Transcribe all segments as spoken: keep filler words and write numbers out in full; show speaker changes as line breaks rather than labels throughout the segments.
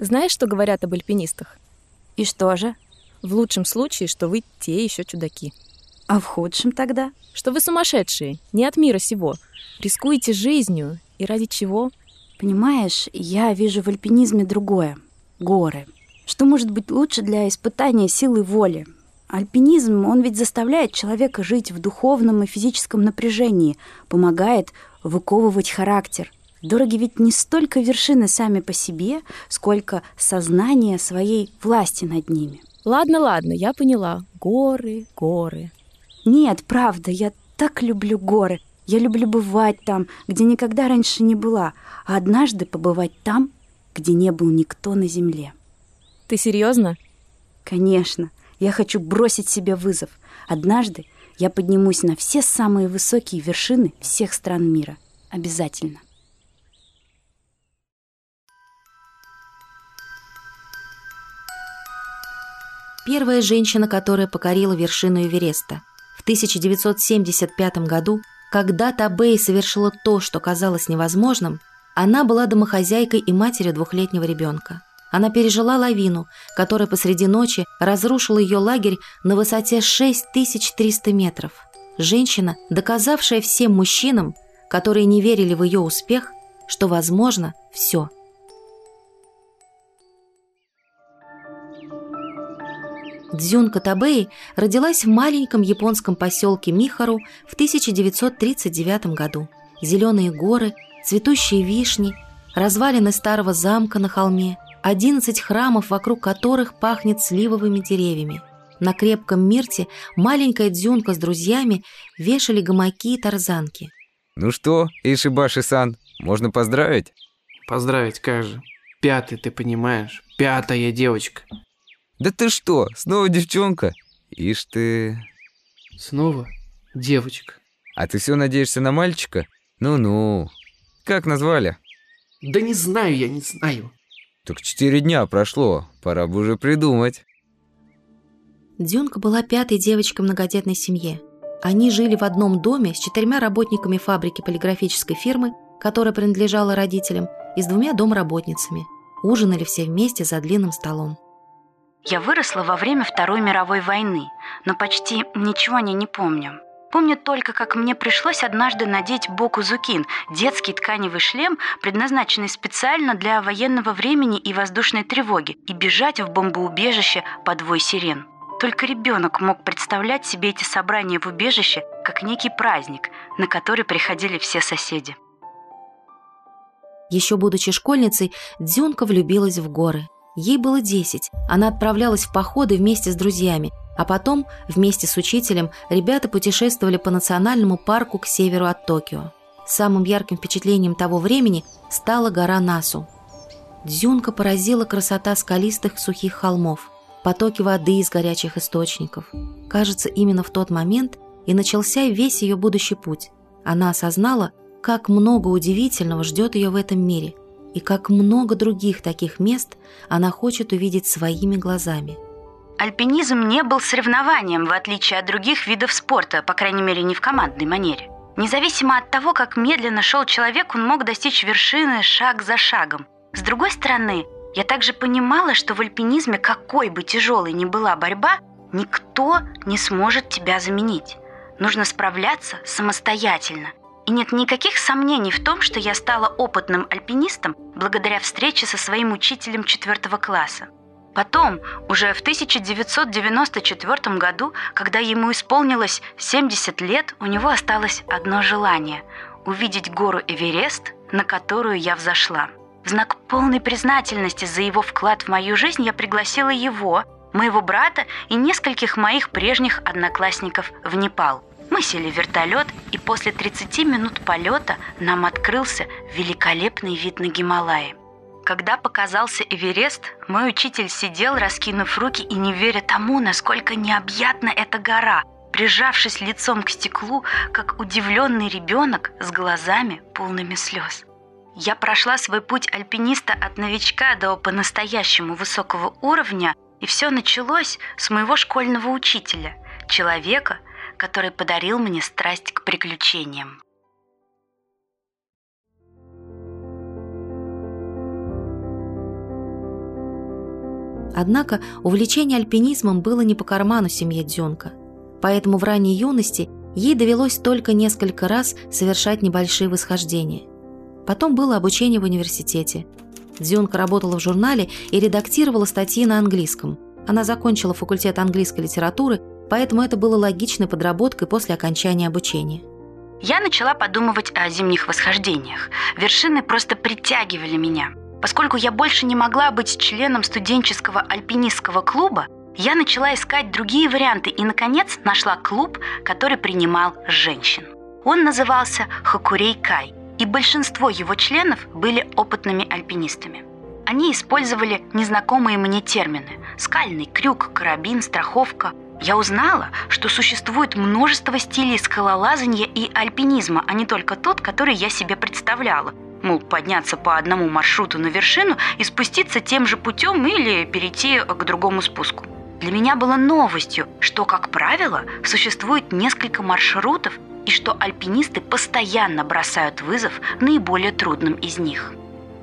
Знаешь, что говорят об альпинистах?
И что же?
В лучшем случае, что вы те еще чудаки.
А в худшем тогда?
Что вы сумасшедшие, не от мира сего. Рискуете жизнью. И ради чего?
Понимаешь, я вижу в альпинизме другое. Горы. Что может быть лучше для испытания силы воли? Альпинизм, он ведь заставляет человека жить в духовном и физическом напряжении, помогает выковывать характер. Дороги ведь не столько вершины сами по себе, сколько сознание своей власти над ними.
Ладно, ладно, я поняла. Горы, горы.
Нет, правда, я так люблю горы. Я люблю бывать там, где никогда раньше не была, а однажды побывать там, где не был никто на земле.
Ты серьезно?
Конечно. Я хочу бросить себе вызов. Однажды я поднимусь на все самые высокие вершины всех стран мира. Обязательно.
Первая женщина, которая покорила вершину Эвереста. В тысяча девятьсот семьдесят пятом году, когда Табей совершила то, что казалось невозможным, она была домохозяйкой и матерью двухлетнего ребенка. Она пережила лавину, которая посреди ночи разрушила ее лагерь на высоте шесть тысяч триста метров. Женщина, доказавшая всем мужчинам, которые не верили в ее успех, что возможно все. Дзюнка Табей родилась в маленьком японском поселке Михару в тысяча девятьсот тридцать девятом году. Зеленые горы, цветущие вишни, развалины старого замка на холме, одиннадцать храмов, вокруг которых пахнет сливовыми деревьями. На крепком мирте маленькая Дзюнка с друзьями вешали гамаки и тарзанки.
Ну что, Ишибаши-сан, можно поздравить?
Поздравить как же. Пятый, ты понимаешь? Пятая девочка.
Да ты что, снова девчонка? Ишь ты...
Снова девочка.
А ты все надеешься на мальчика? Ну-ну. Как назвали?
Да не знаю я, не знаю.
Так четыре дня прошло, пора бы уже придумать.
Дзюнка была пятой девочкой в многодетной семье. Они жили в одном доме с четырьмя работниками фабрики полиграфической фирмы, которая принадлежала родителям, и с двумя домработницами. Ужинали все вместе за длинным столом.
Я выросла во время Второй мировой войны, но почти ничего о ней не помню. Помню только, как мне пришлось однажды надеть бокузукин, детский тканевый шлем, предназначенный специально для военного времени и воздушной тревоги, и бежать в бомбоубежище под вой сирен. Только ребенок мог представлять себе эти собрания в убежище как некий праздник, на который приходили все соседи.
Еще будучи школьницей, Дзюнка влюбилась в горы. Ей было десять. Она отправлялась в походы вместе с друзьями, а потом, вместе с учителем, ребята путешествовали по национальному парку к северу от Токио. Самым ярким впечатлением того времени стала гора Насу. Дзюнка поразила красота скалистых сухих холмов, потоки воды из горячих источников. Кажется, именно в тот момент и начался весь ее будущий путь. Она осознала, как много удивительного ждет ее в этом мире, и как много других таких мест она хочет увидеть своими глазами.
Альпинизм не был соревнованием, в отличие от других видов спорта, по крайней мере, не в командной манере. Независимо от того, как медленно шел человек, он мог достичь вершины шаг за шагом. С другой стороны, я также понимала, что в альпинизме, какой бы тяжелой ни была борьба, никто не сможет тебя заменить. Нужно справляться самостоятельно. И нет никаких сомнений в том, что я стала опытным альпинистом благодаря встрече со своим учителем четвертого класса. Потом, уже в тысяча девятьсот девяносто четвёртом году, когда ему исполнилось семьдесят лет, у него осталось одно желание – увидеть гору Эверест, на которую я взошла. В знак полной признательности за его вклад в мою жизнь я пригласила его, моего брата и нескольких моих прежних одноклассников в Непал. Мы сели в вертолет, и после тридцати минут полета нам открылся великолепный вид на Гималаи. Когда показался Эверест, мой учитель сидел, раскинув руки и не веря тому, насколько необъятна эта гора, прижавшись лицом к стеклу, как удивленный ребенок с глазами, полными слез. Я прошла свой путь альпиниста от новичка до по-настоящему высокого уровня, и все началось с моего школьного учителя, человека, который подарил мне страсть к приключениям.
Однако увлечение альпинизмом было не по карману семье Дзюнка. Поэтому в ранней юности ей довелось только несколько раз совершать небольшие восхождения. Потом было обучение в университете. Дзюнка работала в журнале и редактировала статьи на английском. Она закончила факультет английской литературы, поэтому это было логичной подработкой после окончания обучения.
Я начала подумывать о зимних восхождениях. Вершины просто притягивали меня. Поскольку я больше не могла быть членом студенческого альпинистского клуба, я начала искать другие варианты и, наконец, нашла клуб, который принимал женщин. Он назывался Хокурей-кай, и большинство его членов были опытными альпинистами. Они использовали незнакомые мне термины – скальный крюк, карабин, страховка. Я узнала, что существует множество стилей скалолазания и альпинизма, а не только тот, который я себе представляла. Мол, подняться по одному маршруту на вершину и спуститься тем же путем или перейти к другому спуску. Для меня было новостью, что, как правило, существует несколько маршрутов и что альпинисты постоянно бросают вызов наиболее трудным из них.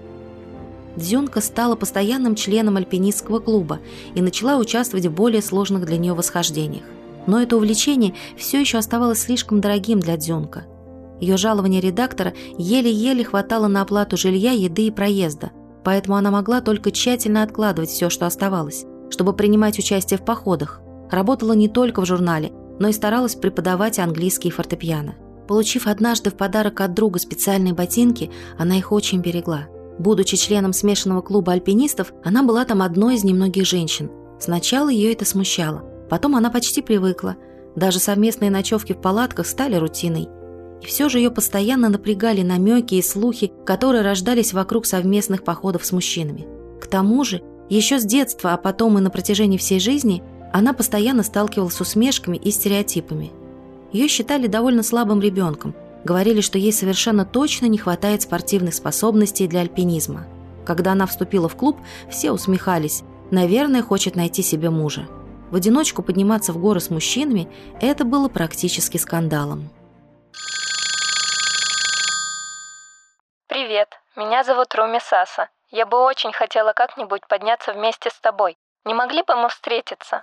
Дзюнка стала постоянным членом альпинистского клуба и начала участвовать в более сложных для нее восхождениях. Но это увлечение все еще оставалось слишком дорогим для Дзюнка. Ее жалование редактора еле-еле хватало на оплату жилья, еды и проезда, поэтому она могла только тщательно откладывать все, что оставалось, чтобы принимать участие в походах. Работала не только в журнале, но и старалась преподавать английский и фортепиано. Получив однажды в подарок от друга специальные ботинки, она их очень берегла. Будучи членом смешанного клуба альпинистов, она была там одной из немногих женщин. Сначала ее это смущало, потом она почти привыкла. Даже совместные ночевки в палатках стали рутиной. И все же ее постоянно напрягали намеки и слухи, которые рождались вокруг совместных походов с мужчинами. К тому же, еще с детства, а потом и на протяжении всей жизни, она постоянно сталкивалась с усмешками и стереотипами. Ее считали довольно слабым ребенком, говорили, что ей совершенно точно не хватает спортивных способностей для альпинизма. Когда она вступила в клуб, все усмехались, наверное, хочет найти себе мужа. В одиночку подниматься в горы с мужчинами – это было практически скандалом.
Привет, меня зовут Руми Саса. Я бы очень хотела как-нибудь подняться вместе с тобой. Не могли бы мы встретиться?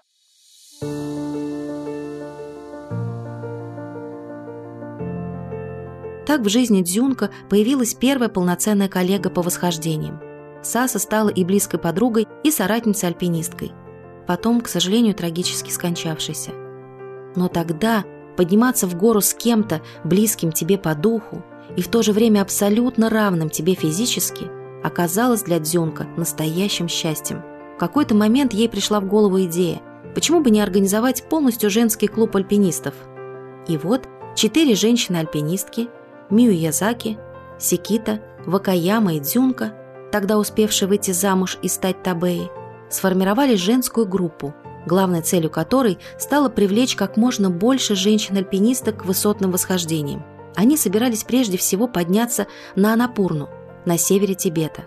Так в жизни Дзюнка появилась первая полноценная коллега по восхождениям. Саса стала и близкой подругой, и соратницей-альпинисткой. Потом, к сожалению, трагически скончавшейся. Но тогда подниматься в гору с кем-то, близким тебе по духу, и в то же время абсолютно равным тебе физически, оказалось для Дзюнка настоящим счастьем. В какой-то момент ей пришла в голову идея, почему бы не организовать полностью женский клуб альпинистов. И вот четыре женщины-альпинистки – Миюязаки, Сикита, Вакаяма и Дзюнка, тогда успевшие выйти замуж и стать табеи, сформировали женскую группу, главной целью которой стало привлечь как можно больше женщин-альпинисток к высотным восхождениям. Они собирались прежде всего подняться на Анапурну, на севере Тибета.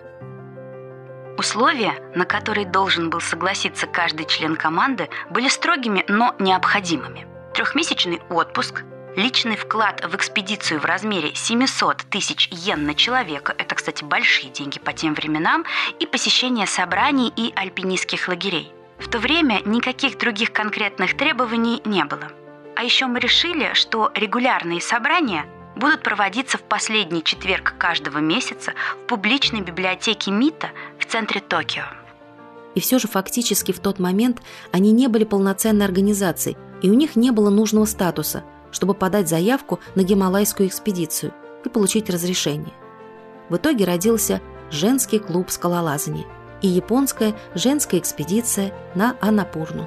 Условия, на которые должен был согласиться каждый член команды, были строгими, но необходимыми. Трехмесячный отпуск, личный вклад в экспедицию в размере семьсот тысяч йен на человека, это, кстати, большие деньги по тем временам, и посещение собраний и альпинистских лагерей. В то время никаких других конкретных требований не было. А еще мы решили, что регулярные собрания будут проводиться в последний четверг каждого месяца в публичной библиотеке МИТа в центре Токио.
И все же фактически в тот момент они не были полноценной организацией, и у них не было нужного статуса, чтобы подать заявку на гималайскую экспедицию и получить разрешение. В итоге родился женский клуб скалолазания и японская женская экспедиция на Анапурну.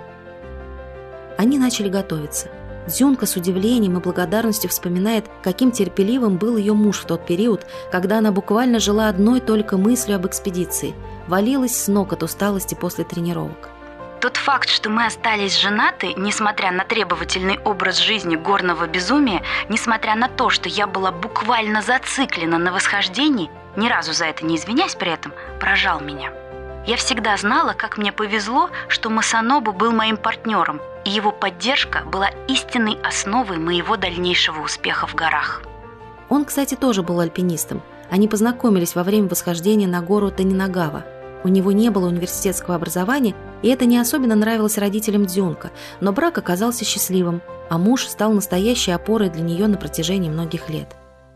Они начали готовиться. Дзюнка с удивлением и благодарностью вспоминает, каким терпеливым был ее муж в тот период, когда она буквально жила одной только мыслью об экспедиции, валилась с ног от усталости после тренировок.
Тот факт, что мы остались женаты, несмотря на требовательный образ жизни горного безумия, несмотря на то, что я была буквально зациклена на восхождении, ни разу за это не извиняясь при этом, поражал меня. Я всегда знала, как мне повезло, что Масанобу был моим партнером, и его поддержка была истинной основой моего дальнейшего успеха в горах.
Он, кстати, тоже был альпинистом. Они познакомились во время восхождения на гору Танинагава. У него не было университетского образования, и это не особенно нравилось родителям Дзюнка, но брак оказался счастливым, а муж стал настоящей опорой для нее на протяжении многих лет.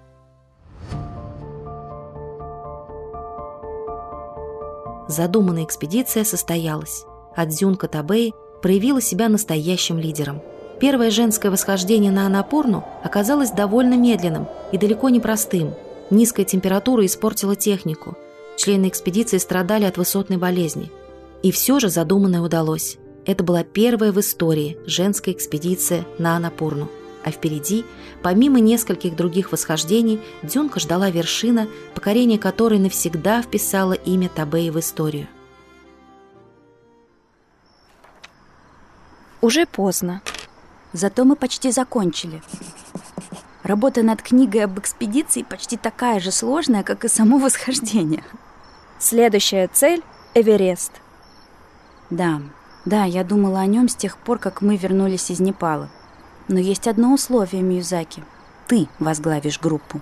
Задуманная экспедиция состоялась, а Дзюнка Табэй проявила себя настоящим лидером. Первое женское восхождение на Анапурну оказалось довольно медленным и далеко не простым. Низкая температура испортила технику. Члены экспедиции страдали от высотной болезни. И все же задуманное удалось. Это была первая в истории женская экспедиция на Анапурну. А впереди, помимо нескольких других восхождений, Дзюнка ждала вершина, покорение которой навсегда вписало имя Табэй в историю.
Уже поздно.
Зато мы почти закончили. Работа над книгой об экспедиции почти такая же сложная, как и само восхождение.
Следующая цель — Эверест.
Да, да, я думала о нем с тех пор, как мы вернулись из Непала. Но есть одно условие, Миюзаки. Ты возглавишь группу.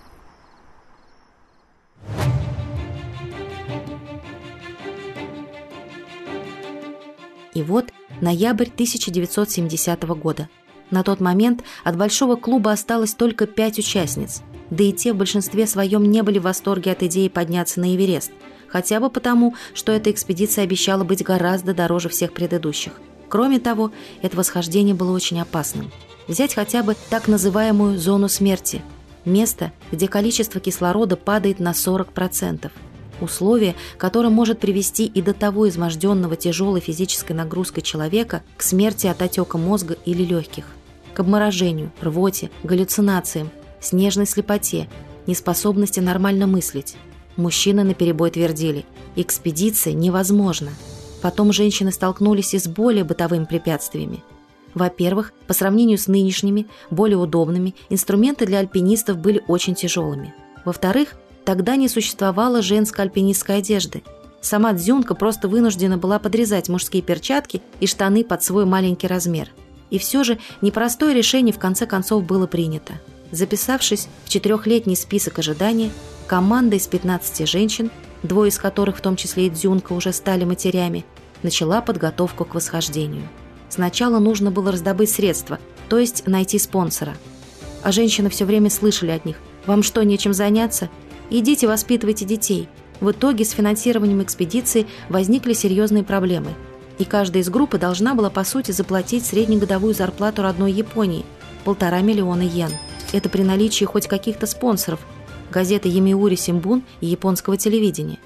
И вот ноябрь тысяча девятьсот семидесятого года. На тот момент от большого клуба осталось только пять участниц, да и те в большинстве своем не были в восторге от идеи подняться на Эверест, хотя бы потому, что эта экспедиция обещала быть гораздо дороже всех предыдущих. Кроме того, это восхождение было очень опасным. Взять хотя бы так называемую зону смерти – место, где количество кислорода падает на сорок процентов. Условие, которое может привести и до того изможденного тяжелой физической нагрузкой человека к смерти от отека мозга или легких, к обморожению, рвоте, галлюцинациям, снежной слепоте, неспособности нормально мыслить. Мужчины наперебой твердили – экспедиция невозможна. Потом женщины столкнулись и с более бытовыми препятствиями. Во-первых, по сравнению с нынешними, более удобными, инструменты для альпинистов были очень тяжелыми. Во-вторых, тогда не существовало женской альпинистской одежды. Сама Дзюнка просто вынуждена была подрезать мужские перчатки и штаны под свой маленький размер. И все же непростое решение в конце концов было принято. Записавшись в четырехлетний список ожидания, команда из пятнадцати женщин, двое из которых, в том числе и Дзюнка, уже стали матерями, начала подготовку к восхождению. Сначала нужно было раздобыть средства, то есть найти спонсора. А женщины все время слышали от них: «Вам что, нечем заняться? Идите воспитывайте детей». В итоге с финансированием экспедиции возникли серьезные проблемы. И каждая из группы должна была, по сути, заплатить среднегодовую зарплату родной Японии – полтора миллиона йен. Это при наличии хоть каких-то спонсоров – газеты Йомиури Симбун и японского телевидения.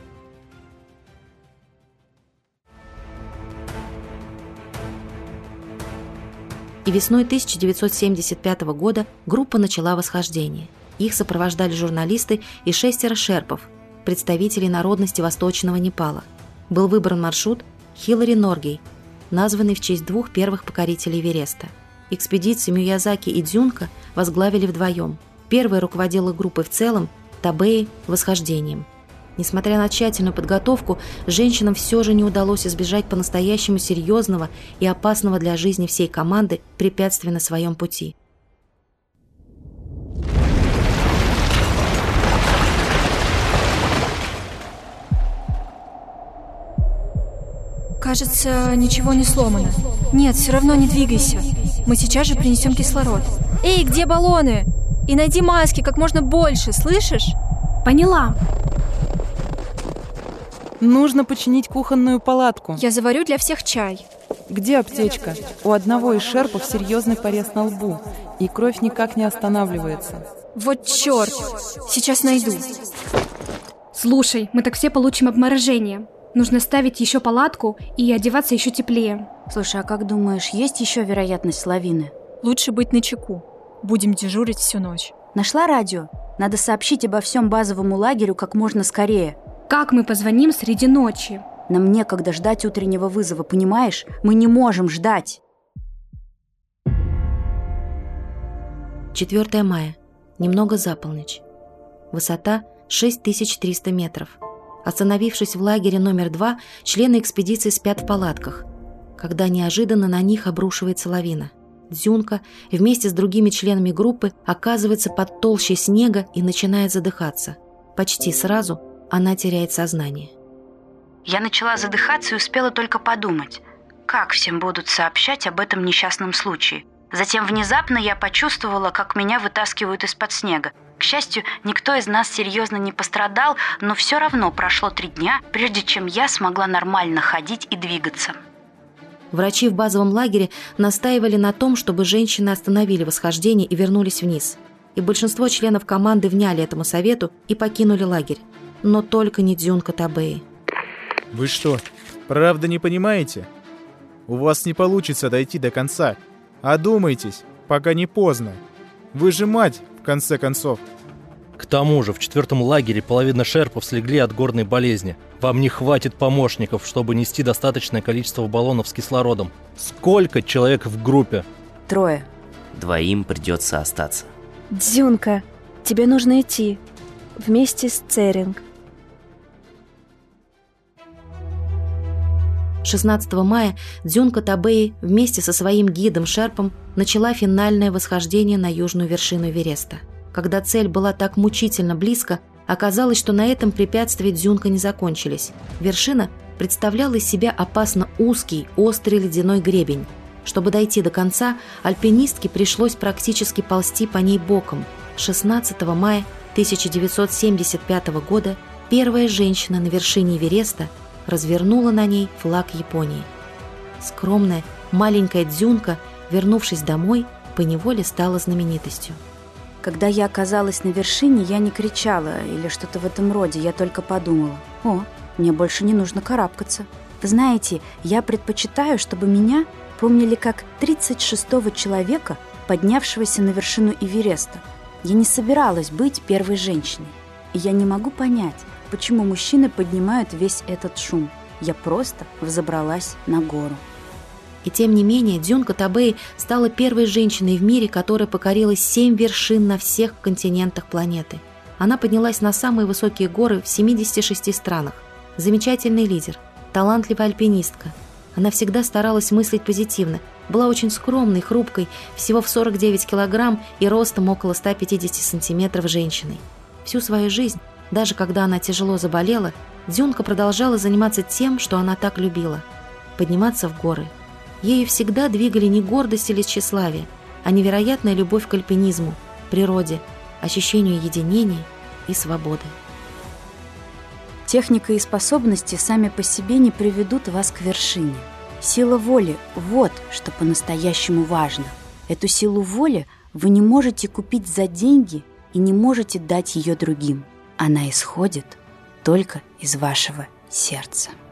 И весной тысяча девятьсот семьдесят пятого года группа начала восхождение. Их сопровождали журналисты и шестеро шерпов, представителей народности Восточного Непала. Был выбран маршрут Хилари Норгей, названный в честь двух первых покорителей Эвереста. Экспедицию Миюзаки и Дзюнка возглавили вдвоем. Первая руководила группой в целом, Табэй – восхождением. Несмотря на тщательную подготовку, женщинам все же не удалось избежать по-настоящему серьезного и опасного для жизни всей команды препятствия на своем пути.
Кажется, ничего не сломано. Нет, все равно не двигайся. Мы сейчас же принесем кислород. Эй, где баллоны? И найди маски как можно больше, слышишь?
Поняла. Нужно починить кухонную палатку.
Я заварю для всех чай.
Где аптечка? У одного из шерпов серьезный порез на лбу, и кровь никак не останавливается.
Вот черт! Сейчас найду.
Слушай, мы так все получим обморожение. Нужно ставить еще палатку и одеваться еще теплее.
Слушай, а как думаешь, есть еще вероятность лавины?
Лучше быть начеку. Будем дежурить всю ночь.
Нашла радио? Надо сообщить обо всем базовому лагерю как можно скорее.
Как мы позвоним среди ночи?
Нам некогда ждать утреннего вызова, понимаешь? Мы не можем ждать.
четвёртого мая. Немного за полночь. Высота шесть тысяч триста метров. Остановившись в лагере номер два, члены экспедиции спят в палатках, когда неожиданно на них обрушивается лавина. Дзюнка вместе с другими членами группы оказывается под толщей снега и начинает задыхаться. Почти сразу она теряет сознание.
Я начала задыхаться и успела только подумать, как всем будут сообщать об этом несчастном случае. Затем внезапно я почувствовала, как меня вытаскивают из-под снега. К счастью, никто из нас серьезно не пострадал, но все равно прошло три дня, прежде чем я смогла нормально ходить и двигаться.
Врачи в базовом лагере настаивали на том, чтобы женщины остановили восхождение и вернулись вниз. И большинство членов команды вняли этому совету и покинули лагерь. Но только не Дзюнка Табеи.
Вы что, правда не понимаете? У вас не получится дойти до конца. Одумайтесь, пока не поздно. Вы же мать, в конце концов.
К тому же в четвертом лагере половина шерпов слегли от горной болезни. Вам не хватит помощников, чтобы нести достаточное количество баллонов с кислородом. Сколько человек в группе?
Трое.
Двоим придется остаться.
Дзюнка, тебе нужно идти. Вместе с Церинг.
шестнадцатого мая Дзюнка Табеи вместе со своим гидом-шерпом начала финальное восхождение на южную вершину Эвереста. Когда цель была так мучительно близко, оказалось, что на этом препятствия Дзюнка не закончились. Вершина представляла из себя опасно узкий, острый ледяной гребень. Чтобы дойти до конца, альпинистке пришлось практически ползти по ней боком. шестнадцатого мая тысяча девятьсот семьдесят пятого года первая женщина на вершине Эвереста развернула на ней флаг Японии. Скромная, маленькая Дзюнка, вернувшись домой, поневоле стала знаменитостью.
Когда я оказалась на вершине, я не кричала или что-то в этом роде, я только подумала: о, мне больше не нужно карабкаться. Вы знаете, я предпочитаю, чтобы меня помнили как тридцать шестого человека, поднявшегося на вершину Эвереста. Я не собиралась быть первой женщиной. И я не могу понять, почему мужчины поднимают весь этот шум. Я просто взобралась на гору.
И тем не менее, Дзюнка Табеи стала первой женщиной в мире, которая покорила семь вершин на всех континентах планеты. Она поднялась на самые высокие горы в семидесяти шести странах. Замечательный лидер, талантливая альпинистка. Она всегда старалась мыслить позитивно, была очень скромной, хрупкой, всего в сорок девять килограмм и ростом около ста пятидесяти сантиметров женщиной. Всю свою жизнь, даже когда она тяжело заболела, Дзюнка продолжала заниматься тем, что она так любила – подниматься в горы. Ею всегда двигали не гордость или тщеславие, а невероятная любовь к альпинизму, природе, ощущению единения и свободы.
Техника и способности сами по себе не приведут вас к вершине. Сила воли – вот что по-настоящему важно. Эту силу воли вы не можете купить за деньги и не можете дать ее другим. Она исходит только из вашего сердца.